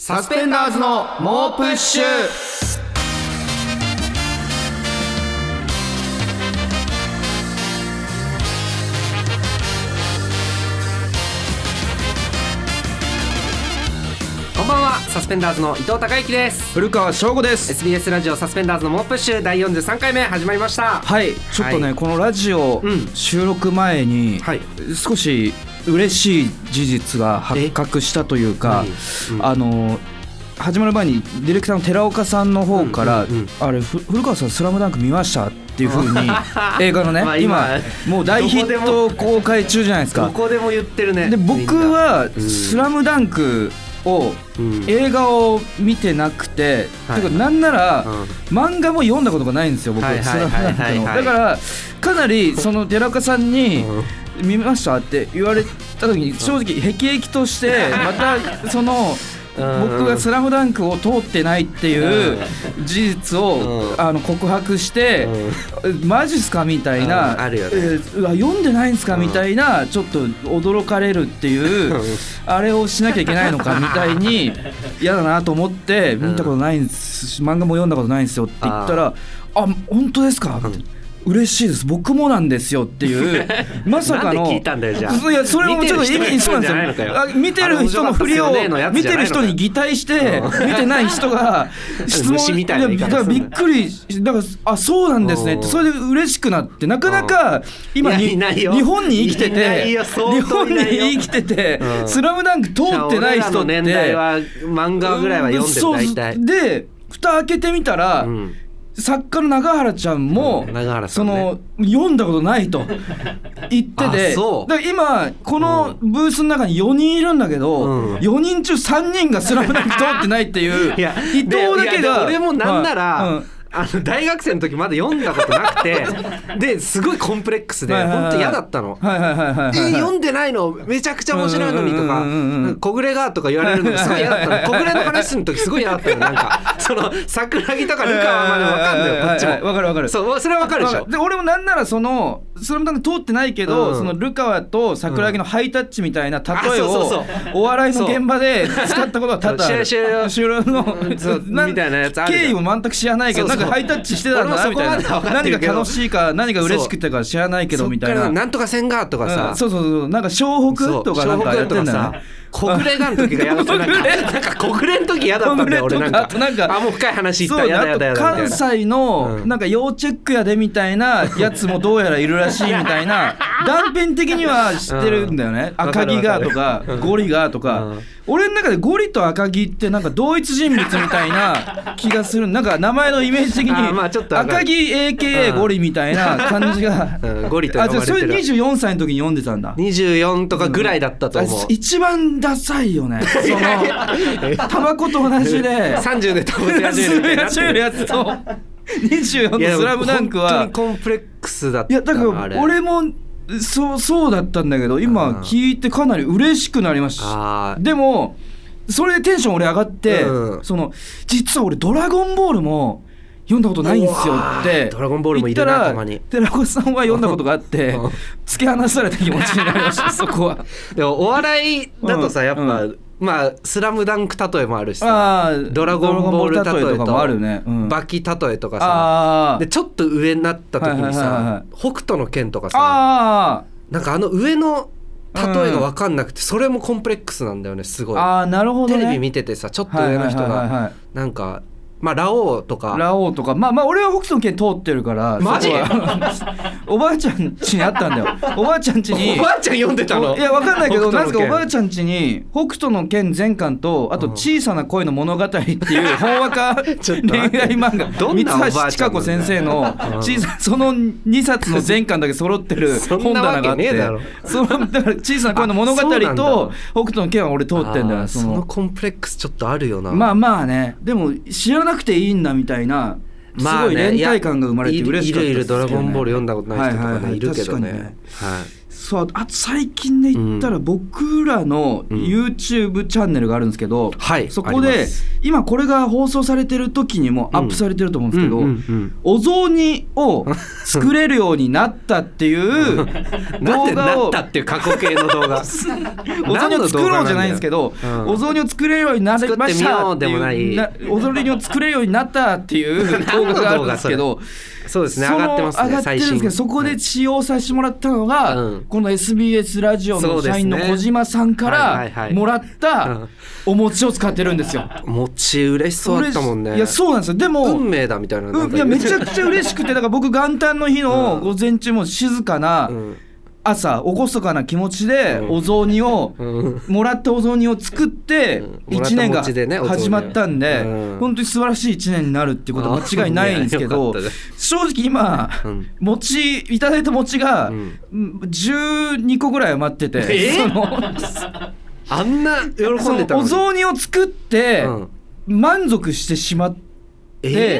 サスペンダーズの猛プッシュ。こんばんは、サスペンダーズの伊藤孝之です。 古川翔吾です。 SBS ラジオサスペンダーズの猛プッシュ第43回目始まりました。 はい、ちょっとね、はい、このラジオ収録前に少し嬉しい事実が発覚したというか、始まる前にディレクターの寺岡さんの方から、あれ古川さんスラムダンク見ましたっていう風に映画のね今もう大ヒット公開中じゃないですか。 どこでも言ってるね。 で僕はスラムダンクを映画を見てなくて、てかなんなら漫画も読んだことがないんですよ僕。スラムダンクのだからかなりその寺岡さんに見ましたって言われた時に正直へきえきとしてまたその僕がスラムダンクを通ってないっていう事実を告白してマジっすかみたいな、読んでないんすかみたいな、ちょっと驚かれるっていうあれをしなきゃいけないのかみたいに嫌だなと思って見たことないんです、漫画も読んだことないんですよって言ったら、あ、本当ですかって嬉しいです僕もなんですよっていうまさかの。なんで聞いたんだよじゃあ。いやそれもちょっと意味そうなんですよ。見てる人の振りを見てる人に擬態して見てない人が質問みたいな。だからびっくりだから、あ、そうなんですねってそれで嬉しくなって、なかなか今日本に生きててスラムダンク通ってない人って年代は漫画ぐらいは読んでる大体で蓋開けてみたら、作家の永原ちゃんも、その読んだことないと言ってて、だから今このブースの中に4人いるんだけど、4人中3人がスラムダンク通ってないっていう伊藤だけが。 俺もなんなら、大学生の時まだ読んだことなくてですごいコンプレックスで本当嫌だったの。読んでないのめちゃくちゃ面白いのにとか、小暮がとか言われるのがすごい嫌だったの。小暮の話する時すごい嫌だったの。なんかその桜木とかルカワまで分かんないよこっちも。 分かる分かる。 そう、それは分かるでしょ。 で俺もなんならそのスラムダンク通ってないけど、そのルカワと桜木のハイタッチみたいな例えをお笑いの現場で使ったことは多々ある。終了のみたいなやつある。経緯も全く知らないけど、ハイタッチしてたんだみたいな、何が楽しいか何が嬉しくてか知らないけどみたいな、 なんとかせんがとかさ、 そうなんか湘北とかなんかやってんだよね。 小暮がの時が嫌だった。なんか小暮の時嫌だったんだよ俺。なんかもう深い話言ったら嫌だよ。 関西のなんか要チェックやでみたいなやつもどうやらいるらしいみたいな断片的には知ってるんだよね。赤木がとかゴリがとか、俺の中でゴリと赤木ってなんか同一人物みたいな気がする。なんか名前のイメージ的に赤木 AKA ゴリみたいな感じがゴリと呼ばれてる。 それ24歳の時に読んでたんだ。 24とかぐらいだったと思う。 一番ダサいよね。そのタバコと同じで 30でタバコ始めるやつと24のスラムダンクは本当にコンプレックスだった。 いやだから俺もそうだったんだけど、今聞いてかなり嬉しくなりました。でもそれでテンション俺上がって、その実は俺ドラゴンボールも読んだことないんですよってドラゴンボールもいるなたまに。 寺子さんは読んだことがあって突き放された気持ちになりましたそこは。 でもお笑いだとさやっぱ、まあスラムダンク例えもあるしさ、ドラゴンボール例えとかもあるね。バキ例えとかさ、でちょっと上になった時にさ、北斗の拳とかさ、なんか上の例えが分かんなくて、それもコンプレックスなんだよねすごい。 なるほどね。 テレビ見ててさ、ちょっと上の人がなんかまあラオウとかまあ俺は北斗の拳通ってるから。 マジおばあちゃん家にあったんだよ。おばあちゃん家におばあちゃん読んでたの。 いやわかんないけど、なぜかおばあちゃん家に北斗の拳全巻と、あと小さな恋の物語っていうほんわか恋愛漫画三橋千佳子先生のその2冊の全巻だけ揃ってる本棚があって、だから小さな恋の物語と北斗の拳は俺通ってんだよ。 そのコンプレックスちょっとあるよな。 まあね、でも知らなくていいんだみたいな、すごい連帯感が生まれて嬉しかったですよね。 いるドラゴンボール読んだことない人とかね、いるけどね。 そうあと最近で言ったら僕らの YouTube チャンネルがあるんですけど、そこで今これが放送されてる時にもアップされてると思うんですけど、お雑煮を作れるようになったっていう動画をなんでなったっていう過去形の動画お雑煮を作ろうじゃないんですけど、お雑煮を作れるようになりましたっていうお雑煮を作れるようになったっていう動画があるんですけどそうですね、上がってますね。 上がってるんですけど、そこで使用させてもらったのが、この SBS ラジオの社員の小島さんからもらったお餅を使ってるんですよ。 餅嬉しそうだったもんね。 いやそうなんですよ。でも運命だみたいな、 いやめちゃくちゃ嬉しくて、だから僕元旦の日の午前中も静かな朝厳かな気持ちでお雑煮をもらったお雑煮を作って1年が始まったんで、本当に素晴らしい1年になるっていうことは間違いないんですけど、正直今餅いただいた餅が12個ぐらい余ってて、 あんな喜んでたのにお雑煮を作って満足してしまって、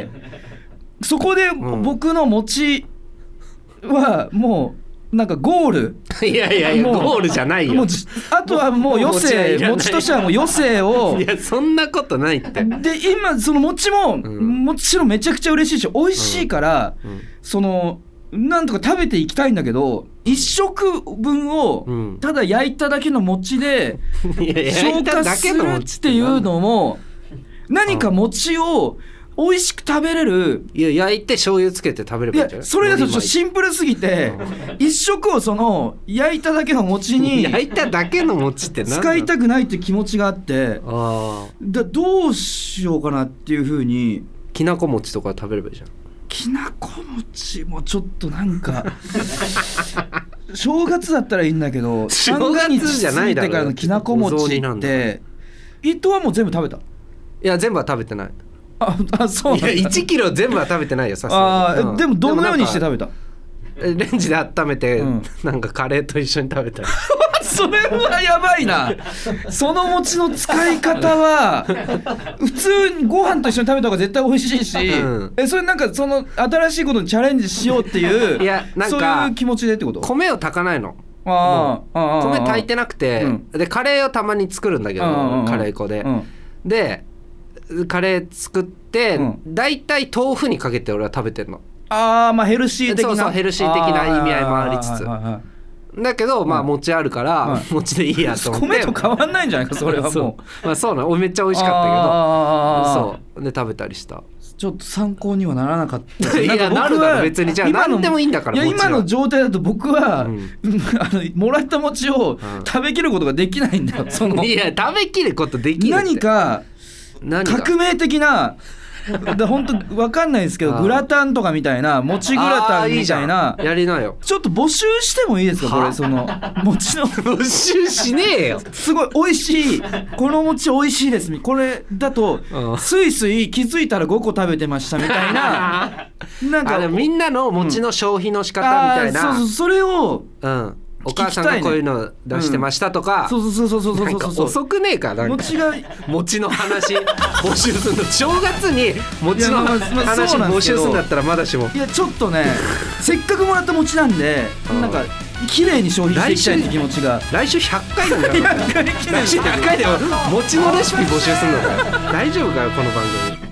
そこで僕の餅はもうなんかゴール、 いやゴールじゃないよ。 もうあとはもう余生、餅としてはもう余生をいやそんなことないって。 で今その餅ももちろんめちゃくちゃ嬉しいし美味しいから、そのなんとか食べていきたいんだけど、一食分をただ焼いただけの餅で消化するっていうのも、何か餅を美味しく食べれる、 いや焼いて醤油つけて食べればいいんじゃない？ それだとちょっとシンプルすぎて、一食をその焼いただけの餅に焼いただけの餅って何使いたくないっていう気持ちがあって、どうしようかなっていう風に。 きなこ餅とか食べればいいじゃん。 きなこ餅もちょっとなんか正月だったらいいんだけど、 正月じゃないだろ。 3月過ぎてからのきなこ餅って伊藤はもう全部食べた？いや全部は食べてない。 そうなんだ。 いや1キロ全部は食べてないよ、さすがに。 でもどのようにして食べた？ レンジで温めて、なんかカレーと一緒に食べたりそれはやばいな。その餅の使い方は普通にご飯と一緒に食べた方が絶対美味しいし、それなんかその新しいことにチャレンジしようっていう、いやなんかそういう気持ちでってこと？ 米を炊かないの。米炊いてなくて、でカレーをたまに作るんだけど、カレー粉で、でカレー作ってだいたい豆腐にかけて俺は食べてるの。 まあヘルシー的な。 そうヘルシー的な意味合いもありつつ、だけどまあ餅あるから餅でいいやと思って。 米と変わんないんじゃないかそれはもう。 まあそうなの、めっちゃ美味しかったけど、そうで食べたりした。 ちょっと参考にはならなかった。 いやなるだろ別に。じゃあ何でもいいんだから。 いや今の状態だと僕はもらった餅を食べきることができないんだよ。 いや食べきることできるって。 何か革命的な本当分かんないですけど、グラタンとかみたいな、餅グラタンみたいな、 やりなよ。 ちょっと募集してもいいですかこれ。その餅の募集しねえよ。 すごい美味しい、この餅美味しいです、これだとスイスイ気づいたら5個食べてましたみたいななんかみんなの餅の消費の仕方みたいな、 それをお母さんがこういうの出してましたとか、 そうなんか遅くねえか、なんか餅の話募集するの正月に餅の話募集するんだったらまだしも。 いやちょっとねせっかくもらった餅なんで、なんか綺麗に消費していきたいって気持ちが。 来週100回なんだよ。来週100回で餅のレシピ募集するのかよ。大丈夫かよこの番組。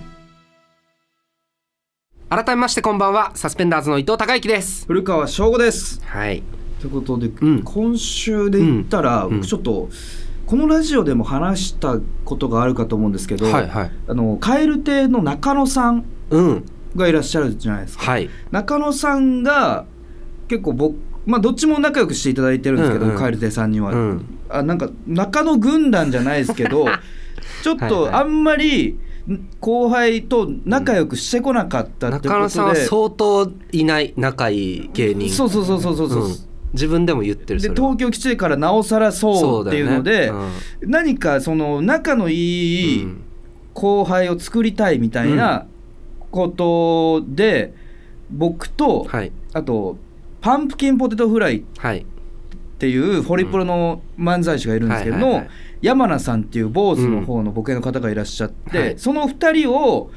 改めましてこんばんは、サスペンダーズの伊藤孝之です。 古川翔吾です。 はい、 ということで、今週で言ったら、僕ちょっとこのラジオでも話したことがあるかと思うんですけど、蛙亭の中野さんがいらっしゃるじゃないですか。中野さんが結構どっちも仲良くしていただいてるんですけど、蛙亭さんには、なんか中野軍団じゃないですけどちょっとあんまり後輩と仲良くしてこなかったってことで、 中野さんは相当いない仲いい芸人。 そう、 自分でも言ってる。 で東京来てからなおさらそうっていうので、何かその仲のいい後輩を作りたいみたいなことで、僕と、あとパンプキンポテトフライっていうホリプロの漫才師がいるんですけども、山名さんっていう坊主の方のボケの方がいらっしゃって、その2人を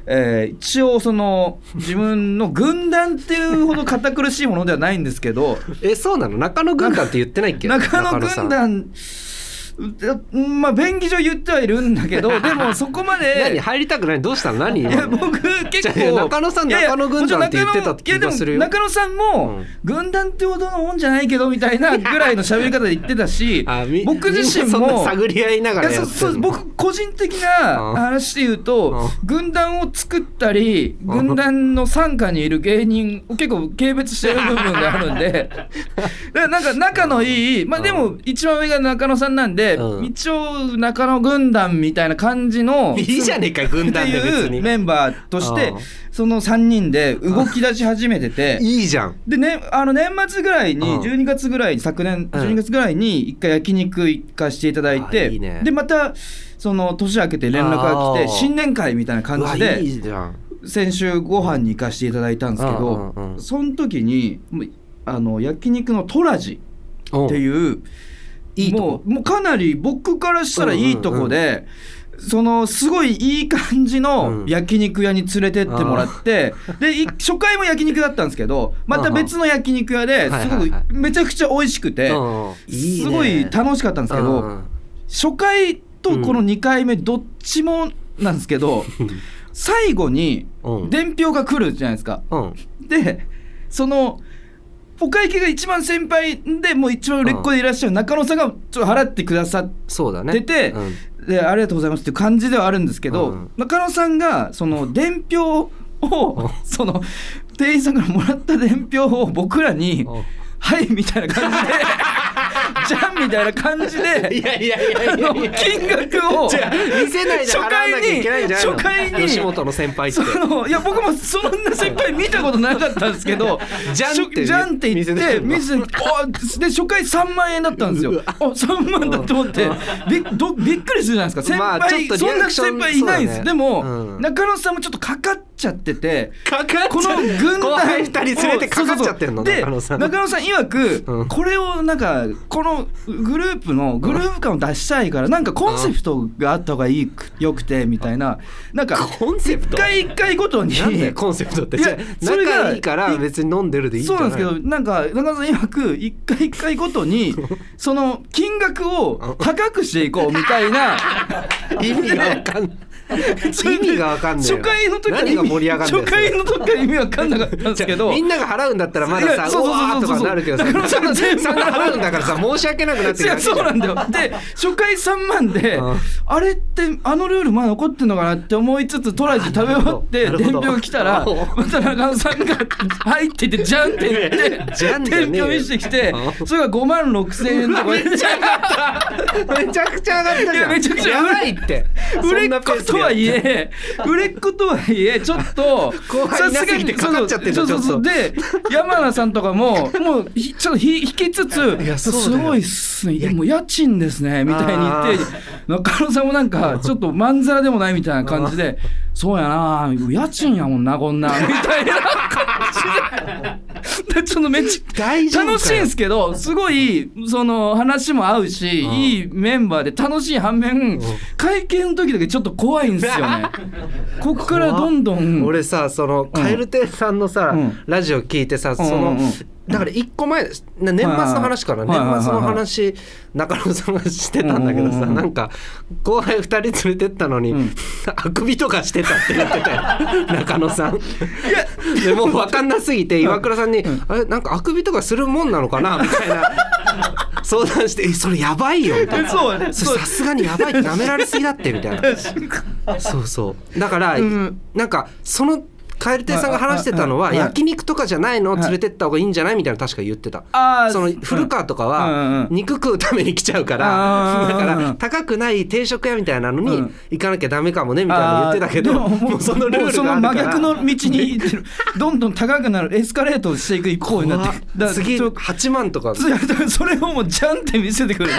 一応その自分の軍団っていうほど堅苦しいものではないんですけどそうなの？中野軍団って言ってないっけ？ 中野軍団まあ便宜上言ってはいるんだけどでもそこまで何入りたくない？どうしたの？何？ いや僕結構中野さん中野軍団って言ってた気がするよ。 中野さんも、軍団ってほどのもんじゃないけどみたいなぐらいの喋り方で言ってたし僕自身もそんな探り合いながらやってるの？ そう僕個人的な話で言うと軍団を作ったり軍団の傘下にいる芸人を結構軽蔑してる部分があるんでだからなんか仲のいいまあでも一番上が中野さんなんで一応中野軍団みたいな感じのいいじゃねえか軍団で別にっていうメンバーとしてその3人で動き出し始めてていいじゃんで、ね、年末ぐらいに12月ぐらいに昨年12月ぐらいに一回焼肉行かしていただいていいね、 でまたその年明けて連絡が来て新年会みたいな感じでいいじゃん先週ご飯に行かしていただいたんですけどその時に焼肉のトラジっていういいとこもうかなり僕からしたらいいとこで、そのすごいいい感じの焼肉屋に連れてってもらって、で初回も焼肉だったんですけどまた別の焼肉屋ですごくめちゃくちゃ美味しくてすごい楽しかったんですけど初回とこの2回目どっちもなんですけど最後に伝票が来るじゃないですか。でそのお会計が一番先輩でもう一番売れっ子でいらっしゃる中野さんがちょっと払ってくださってて、でありがとうございますっていう感じではあるんですけど、中野さんがその伝票をその店員さんからもらった伝票を僕らにはいみたいな感じでじゃんみたいな感じで金額を見せないで払わなきゃいけないんじゃないの？ 初回に吉本の先輩っていや僕もそんな先輩見たことなかったんですけどじゃんって言って見せてで初回3万円だったんですよ。3万だと思ってびっくりするじゃないですか先輩、そんな先輩いないんです。でも、中野さんもちょっとかかっちゃっててこの軍団後輩2人連れてかかっちゃってんの？ で中野さん曰くこれをなんかこのグループ感を出したいからなんかコンセプトがあった方がよくてみたいななんかコンセプト一回ごとになんでコンセプトって仲いいから別に飲んでるでいいんじゃない？ そうなんですけどなんか中野さん曰く一回ごとにその金額を高くしていこうみたいな意味が分かんない意味が分かんない初回の時何が盛り上がんない初回の時から意味分かんなかったんですけどみんなが払うんだったらまださうわーとかなるけどさそんな払うんだからさ申し訳なくなってるだけじゃん。 そうなんだよ。で初回3万であれってあのルールまだ残ってんのかなって思いつつトラジ食べ終わって伝票が来たらまた中野さんが入っててじゃんって言って伝票見せてきてそれが56,000円とかめちゃくちゃ上がったじゃん。めちゃくちゃやばいって売れっ子とはいえちょっとさすがにかかっちゃってるちょっとで山名さんとかもちょっと引きつつすごいっすねもう家賃ですねみたいに言って中野さんもなんかちょっとまんざらでもないみたいな感じでそうやな家賃やもんなこんなみたいな感じでちょっとめっちゃ楽しいんですけどすごいその話も合うしいいメンバーで楽しい反面会見の時だけちょっと怖いんですよね。こっからどんどん俺さその蛙亭さんのさ、ラジオ聞いてさその、だから1個前年末の話かな、年末の話中野さんがしてたんだけどさ、なんか後輩2人連れてったのに、あくびとかしてたって言ってたよ中野さん。でもう分かんなすぎて岩倉さんにあれなんかあくびとかするもんなのかなみたいな相談してそれやばいよみたいな。そうね、さすがにやばいって舐められすぎだってみたいな。そうだから、なんかその蛙亭さんが話してたのは焼肉とかじゃないのを連れてった方がいいんじゃないみたいな確か言ってた。その古川とかは肉食うために来ちゃうからだから高くない定食屋みたいなのに行かなきゃダメかもねみたいなの言ってたけど、もうそのルールがあるから真逆の道にどんどん高くなるエスカレートしていく一方になって次8万とかそれをもうジャンって見せてくる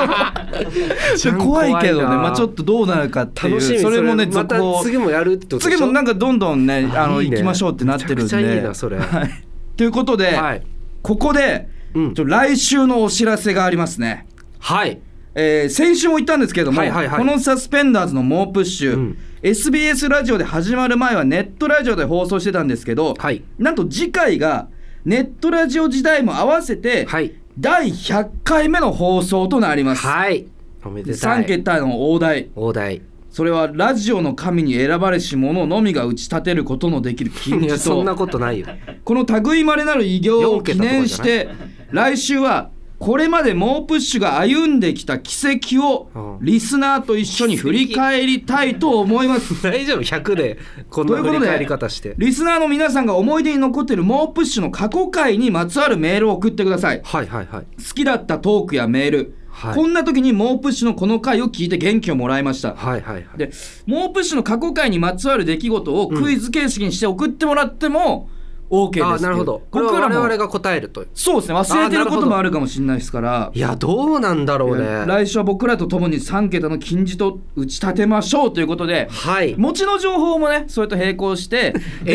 怖いけどね、ちょっとどうなるかっていう。それもねまた次もやるってことでしょ。 次もなんかどんどんね行きましょうってなってるんで。めちゃくちゃいいなそれ。ということで、ここで来週のお知らせがありますね。 はい。 先週も言ったんですけれども、このサスペンダーズの猛プッシュ、SBS ラジオで始まる前はネットラジオで放送してたんですけど、なんと次回がネットラジオ時代も合わせて第100回目の放送となります。 おめでたい。 3桁の大台、それはラジオの神に選ばれし者のみが打ち立てることのできる金字塔。 そんなことないよ。 この類いまれなる偉業を記念して来週はこれまで猛プッシュが歩んできた軌跡をリスナーと一緒に振り返りたいと思います。 大丈夫？100でこんな振り返り方して。 リスナーの皆さんが思い出に残っている猛プッシュの過去回にまつわるメールを送ってください。好きだったトークやメール、こんな時に猛プッシュのこの回を聞いて元気をもらいました。で、猛プッシュの過去回にまつわる出来事をクイズ形式にして送ってもらってもOK です。 なるほど。これは我々が答えると。 そうですね。忘れてることもあるかもしれないですから。 いや、どうなんだろうね。 来週は僕らと共に3桁の金字と打ち立てましょうということで、持ちの情報もね、それと並行して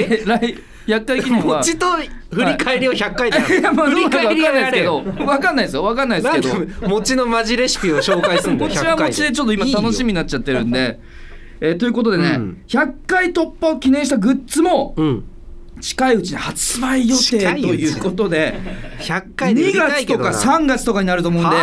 100回記念は持ちと振り返りを100回で振り返りはやれよ。分かんないですよ。分かんないですけど、 餅のマジレシピを紹介するんだよ。 餅は餅でちょっと今楽しみになっちゃってるんで、ということでね、100回突破を記念したグッズも近いうちに発売予定ということで、 100回で売りたいけどな。 2月とか3月とかになると思うんで。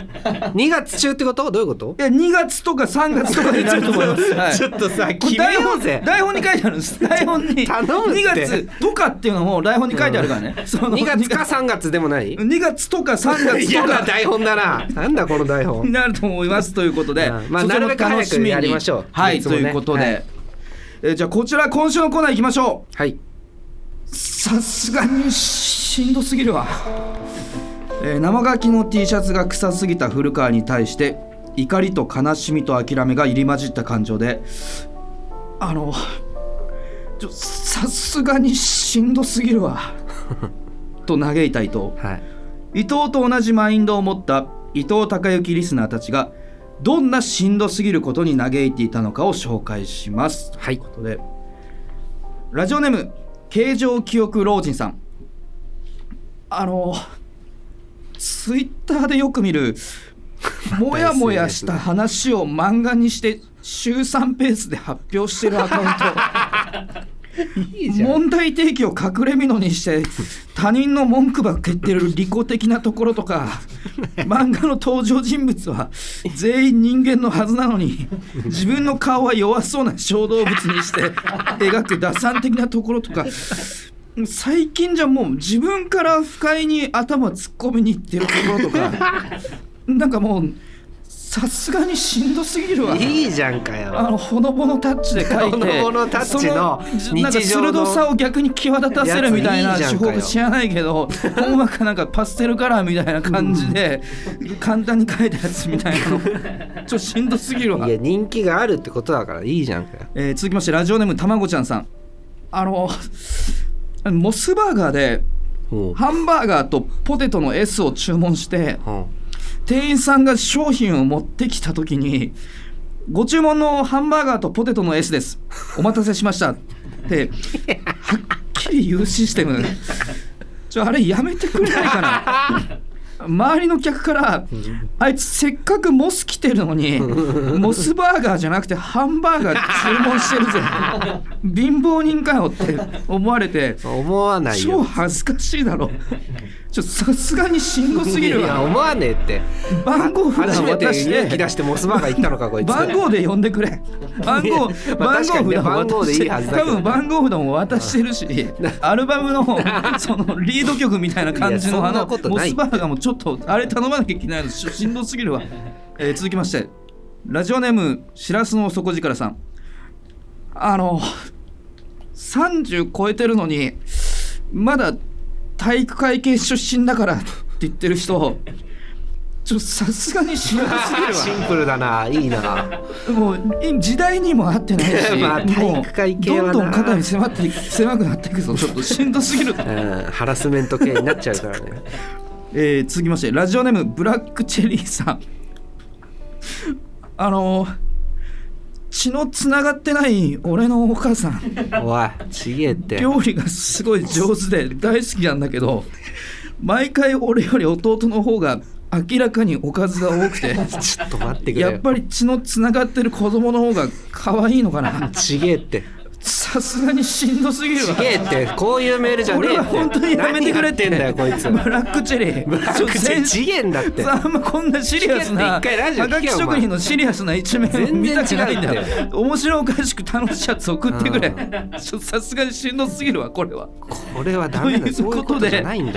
2月中ってこと？どういうこと？ いや、2月とか3月とかになると思います。 ちょっとさ、決めようぜ。 台本に書いてあるんです。台本に頼むって。 2月とかっていうのも台本に書いてあるからね。 2月か3月でもない？ 2 月とか3月とか嫌な台本だな。なんだこの台本。 になると思いますということで、 なるべく早くやりましょう。 ということで、じゃあこちら今週のコーナー行きましょう。さすがにしんどすぎるわ。生書きの T シャツが臭すぎた古川に対して怒りと悲しみと諦めが入り混じった感情で、さすがにしんどすぎるわと嘆いた伊藤、伊藤と同じマインドを持った伊藤孝之リスナーたちがどんなしんどすぎることに嘆いていたのかを紹介します。ということで、ラジオネーム形状記憶老人さん、ツイッターでよく見るもやもやした話を漫画にして週3ペースで発表してるアカウントいいじゃん。問題提起を隠れ蓑にして他人の文句ばっか言ってる利己的なところとか漫画の登場人物は全員人間のはずなのに自分の顔は弱そうな小動物にして描く打算的なところとか、最近じゃもう自分から不快に頭突っ込みにいってるところとかなんかもうさすがにしんどすぎるわ。 いいじゃんかよ。 ほのぼのタッチで書いて、 ほのぼのタッチの日常の鋭さを逆に際立たせるみたいな手法が知らないけど、ほんまかなんかパステルカラーみたいな感じで簡単に書いたやつみたいなのちょっとしんどすぎるわ。 いや、人気があるってことだからいいじゃんかよ。 続きましてラジオネームたまごちゃんさん、モスバーガーでハンバーガーとポテトの S を注文して店員さんが商品を持ってきた時に、ご注文のハンバーガーとポテトの S です、お待たせしましたってはっきり言うシステム、あれやめてくれないかな。周りの客からあいつせっかくモス来てるのにモスバーガーじゃなくてハンバーガー注文してるぜ貧乏人かよって思われて、 思わないよ、 超恥ずかしいだろ。さすがにしんどすぎるわ。 いや思わねえって。 番号札初めて渡して勇気出してモスバーガー行ったのかこいつ。 番号で呼んでくれ。番号札渡して、多分番号札も渡してるしアルバムのそのリード曲みたいな感じのモスバーガーもちょっとあれ頼まなきゃいけないのしんどすぎるわ。続きましてラジオネームしらすの底力さん、30超えてるのにまだ体育会系出身だからって言ってる人、さすがにしんどすぎるわ。 シンプルだな、いいな。 もう時代にも合ってないしまあ体育会系はな、 どんどん肩に狭くなっていくぞ。ちょっとしんどすぎる。 ハラスメント系になっちゃうからね。 続きましてラジオネームブラックチェリーさん、血のつながってない俺のお母さん、 おいちげえって、 料理がすごい上手で大好きなんだけど、毎回俺より弟の方が明らかにおかずが多くてちょっと待ってくれよ。 やっぱり血のつながってる子供の方が可愛いのかな。 ちげえって、 さすがにしんどすぎるわ。 ちげえって、こういうメールじゃねえって。 俺は本当にやめてくれって。 何やってんだよこいつ。 ブラックチェリー、 ブラックチェリーちげえんだって。 あんまこんなシリアスなはがき職人のシリアスな一面を見たくないんだよ。面白おかしく楽しいやつ送ってくれ。さすがにしんどすぎるわこれは。 これはダメだ。そういうことじゃないんだって。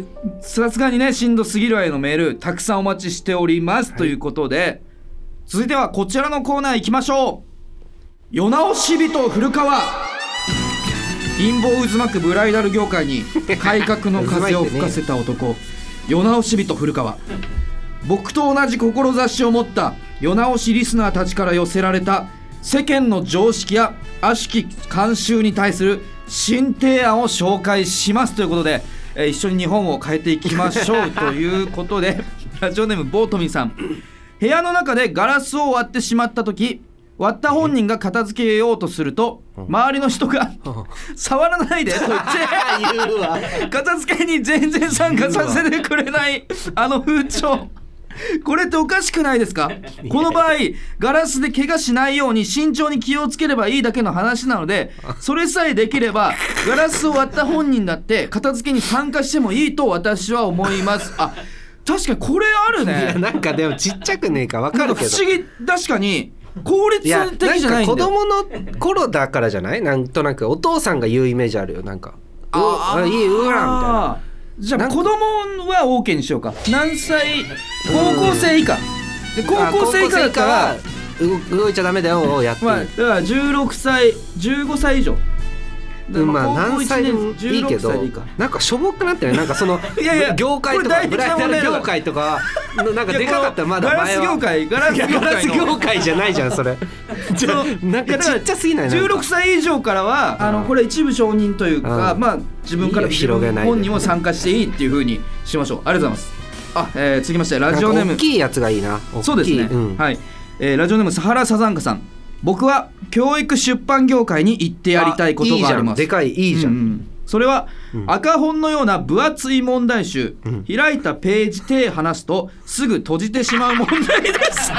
さすがにね、しんどすぎるわへのメールたくさんお待ちしております、ということで、続いてはこちらのコーナー行きましょう。世直し人古川。陰謀渦巻くブライダル業界に改革の風を吹かせた男世直し人古川。僕と同じ志を持った世直しリスナーたちから寄せられた世間の常識や悪しき慣習に対する新提案を紹介しますということで、一緒に日本を変えていきましょうということでラジオネームボートミーさん。部屋の中でガラスを割ってしまった時、割った本人が片付けようとすると周りの人が触らないでと言って片付けに全然参加させてくれないあの風潮、これっておかしくないですか？この場合ガラスで怪我しないように慎重に気をつければいいだけの話なので、それさえできればガラスを割った本人だって片付けに参加してもいいと私は思います。あ、確かにこれあるね。 いやなんかでもちっちゃくねえか分かるけど、 不思議。確かに効率的じゃないんだよ。 なんか子供の頃だからじゃない？なんとなくお父さんが言うイメージあるよ。なんかいいわみたいな。 じゃあ子供は OK にしようか。何歳？高校生以下で、高校生以下だったら動いちゃダメだよをやって、 だから16歳15歳以上、 まあ何歳でもいいけど、なんかしょぼくなってない？なんかその業界とかブライダル業界とかなんかでかかったらまだ前はガラス業界じゃないじゃんそれ。なんかちっちゃすぎない ？16歳以上からはこれ一部承認というか、まあ自分から本人も参加していいっていう風にしましょう。ありがとうございます。続きましてラジオネーム、 大きいやつがいいな。 そうですね、はい。ラジオネームサハラサザンカさん。僕は教育出版業界に行ってやりたいことがあります。 でかい、いいじゃん、 それは、赤本のような分厚い問題集、開いたページ手離すとすぐ閉じてしまう問題です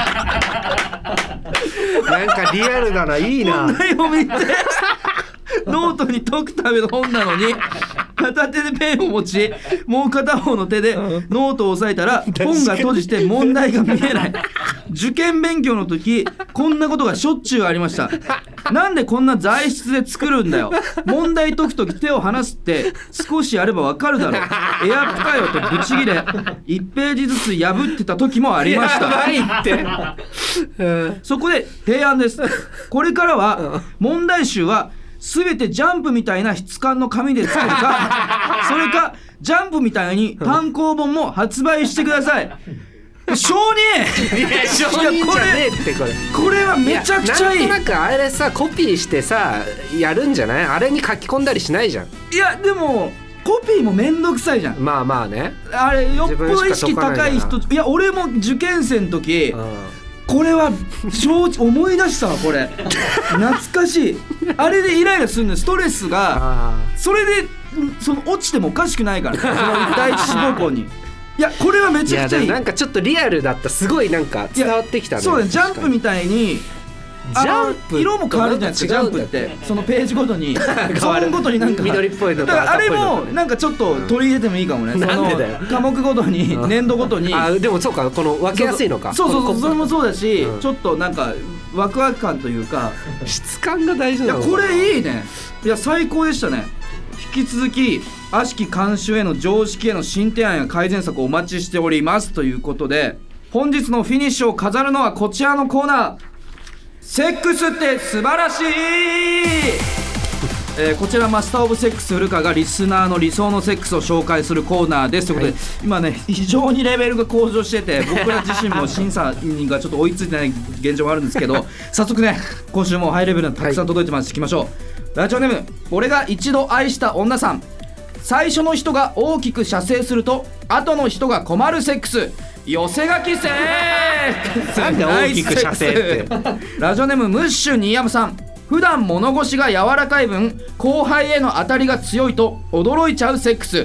なんかリアルだな。いいな。 問題を見てノートに解くための本なのに片手でペンを持ち、もう片方の手でノートを押さえたら本が閉じて問題が見えない。受験勉強の時こんなことがしょっちゅうありました。なんでこんな材質で作るんだよ。問題解く時手を離すって少しやればわかるだろ。エアプかよとブチギレ1ページずつ破ってた時もありました。 ないってそこで提案です。これからは問題集はすべてジャンプみたいな質感の紙で作るかそれかジャンプみたいに単行本も発売してください。承認。 いや承認じゃねえってこれはめちゃくちゃいい。 なんとなくあれさコピーしてさやるんじゃない？あれに書き込んだりしないじゃん。 いやでもコピーもめんどくさいじゃん。 まあまあね。 あれよっぽど意識高い人。いや俺も受験生の時、これは思い出したわ。これ懐かしい。あれでイライラするの。ストレスがそれで落ちてもおかしくないからその第一志望校に。いやこれはめちゃくちゃいい。 なんかちょっとリアルだった。すごいなんか伝わってきたね。 そうね、ジャンプみたいに色も変わるじゃないですか。ジャンプってそのページごとにゾーンごとになんか緑っぽいのとだからあれもなんかちょっと取り入れてもいいかもね。 なんでだよ。 科目ごとに年度ごとにでもそうか、この分けやすいのか。 そうそれもそうだし、ちょっとなんかワクワク感というか質感が大事なの。 いやこれいいね。いや最高でしたね。引き続き悪しき慣習への常識への新提案や改善策をお待ちしておりますということで、本日のフィニッシュを飾るのはこちらのコーナー、セックスって素晴らしい。こちらマスターオブセックス古川がリスナーの理想のセックスを紹介するコーナーですということで、今ね非常にレベルが向上してて、僕ら自身も審査人がちょっと追いついてない現状があるんですけど早速ね今週もハイレベルなたくさん届いてます。いきましょう。ラジオネーム俺が一度愛した女さん。最初の人が大きく射精すると後の人が困るセックス、寄せ書きセックス。 なんで大きく射精ってラジオネームムッシュ新山さん。普段物腰が柔らかい分後輩への当たりが強いと驚いちゃうセックス、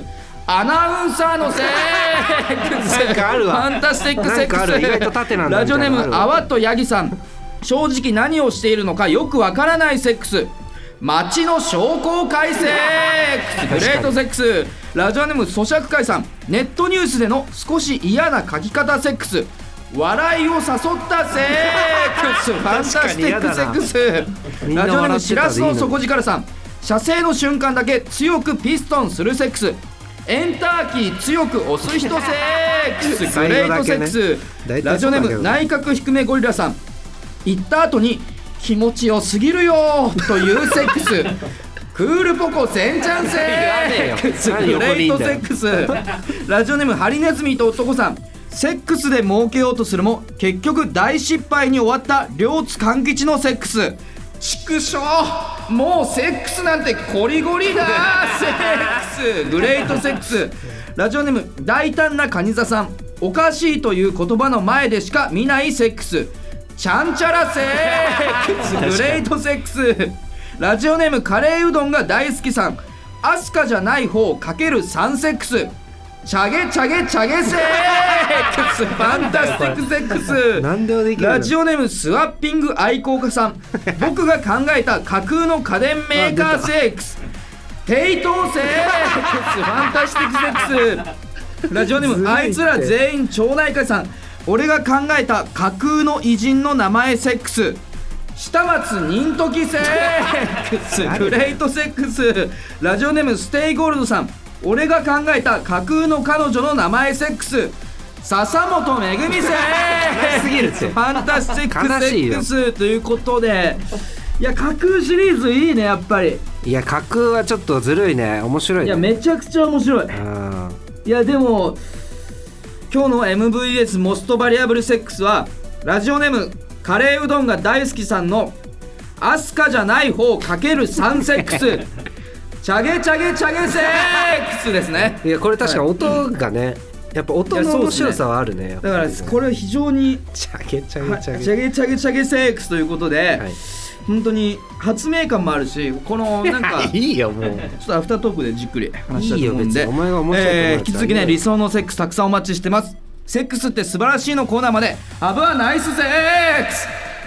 アナウンサーのセックスなんかあるわ。 ファンタスティックセックス。 意外と縦なんだ。 ラジオネーム泡とヤギさん、正直何をしているのかよくわからないセックス。街の商工会セックス、グレートセックス。ラジオネーム咀嚼会さん、ネットニュースでの少し嫌な書き方セックス。笑いを誘ったセックス、ファンタスティックセックス。ラジオネームしらすの底力さん、射精の瞬間だけ強くピストンするセックス。エンターキー強く押す人セックス、グレートセックス。ラジオネーム内角低めゴリラさん、行った後に気持ちよすぎるよというセックス。クールポコせんちゃんセックス、グレートセックス。ラジオネームハリネズミと男さん、セックスで儲けようとするも結局大失敗に終わった両津勘吉のセックス。畜生、もうセックスなんてゴリゴリだセックス、グレートセックス。ラジオネーム大胆なカニザさん、おかしいという言葉の前でしか見ないセックス。ちゃんちゃらセックス、グレートセックス。ラジオネームカレーうどんが大好きさん、アスカじゃない方かける3セックス。チャゲチャゲチャゲセックス、ファンタスティックセックス。 何でもできる。 ラジオネームスワッピング愛好家さん、僕が考えた架空の家電メーカーセックス。テイトーセックス、ファンタスティックセックス。ラジオネームあいつら全員町内会さん、俺が考えた架空の偉人の名前セックス。下松仁時セックス、グレートセックス。ラジオネームステイゴールドさん、俺が考えた架空の彼女の名前セックス。笹本めぐみセックス、ファンタスティックセックス。ということで、いや架空シリーズいいね、やっぱり。 いや架空はちょっとずるいね、面白いね。 いやめちゃくちゃ面白い。いやでも今日の MVS モストバリアブルセックスはラジオネームカレーうどんが大好きさんのアスカじゃない方かける3セックス。チャゲチャゲチャゲセックスですね。 いやこれ確か音がね、やっぱ音の面白さはあるね。 だからこれ非常にチャゲチャゲチャゲチャゲチャゲチャゲセックスということで、本当に発明感もあるし、このなんかいいよもう。 ちょっとアフタートークでじっくり話したいと思うんで、 お前が面白いと思う。 引き続きね理想のセックスたくさんお待ちしてます。セックスって素晴らしいのコーナーまでハブはナイスセックス。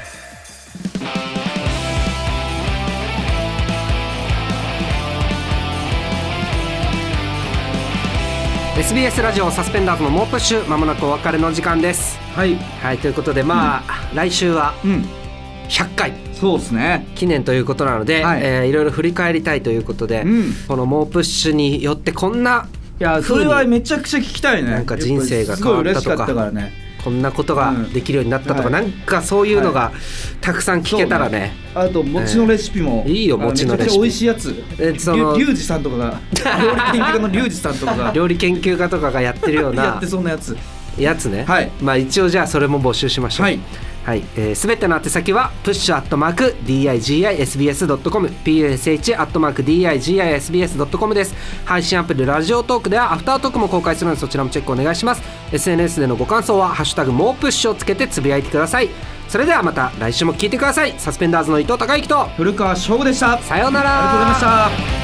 SBS ラジオサスペンダーズの猛プッシュ、まもなくお別れの時間です。はい、はい、ということで来週は100回、 そうですね、 記念ということなので、いろいろ振り返りたいということで、この猛プッシュによってこんな、 いやそれはめちゃくちゃ聞きたいね。 なんか人生が変わったとか、 すごい嬉しかったからね、 こんなことができるようになったとか、なんかそういうのがたくさん聞けたらね。 あと餅のレシピもいいよ、餅のレシピめちゃくちゃ美味しいやつ。リュウジさんとかが料理研究家のリュウジさんとかが料理研究家とかがやってるようなやってそうなやつね。まあ一応じゃあそれも募集しましょう。はい、すべての宛先は push@digisbs.com push@digisbs.com です。配信アプリラジオトークではアフタートークも公開するので、そちらもチェックお願いします。 SNS でのご感想はハッシュタグもうプッシュをつけてつぶやいてください。それではまた来週も聞いてください。サスペンダーズの伊藤孝之と古川翔吾でした。 さようなら。 ありがとうございました。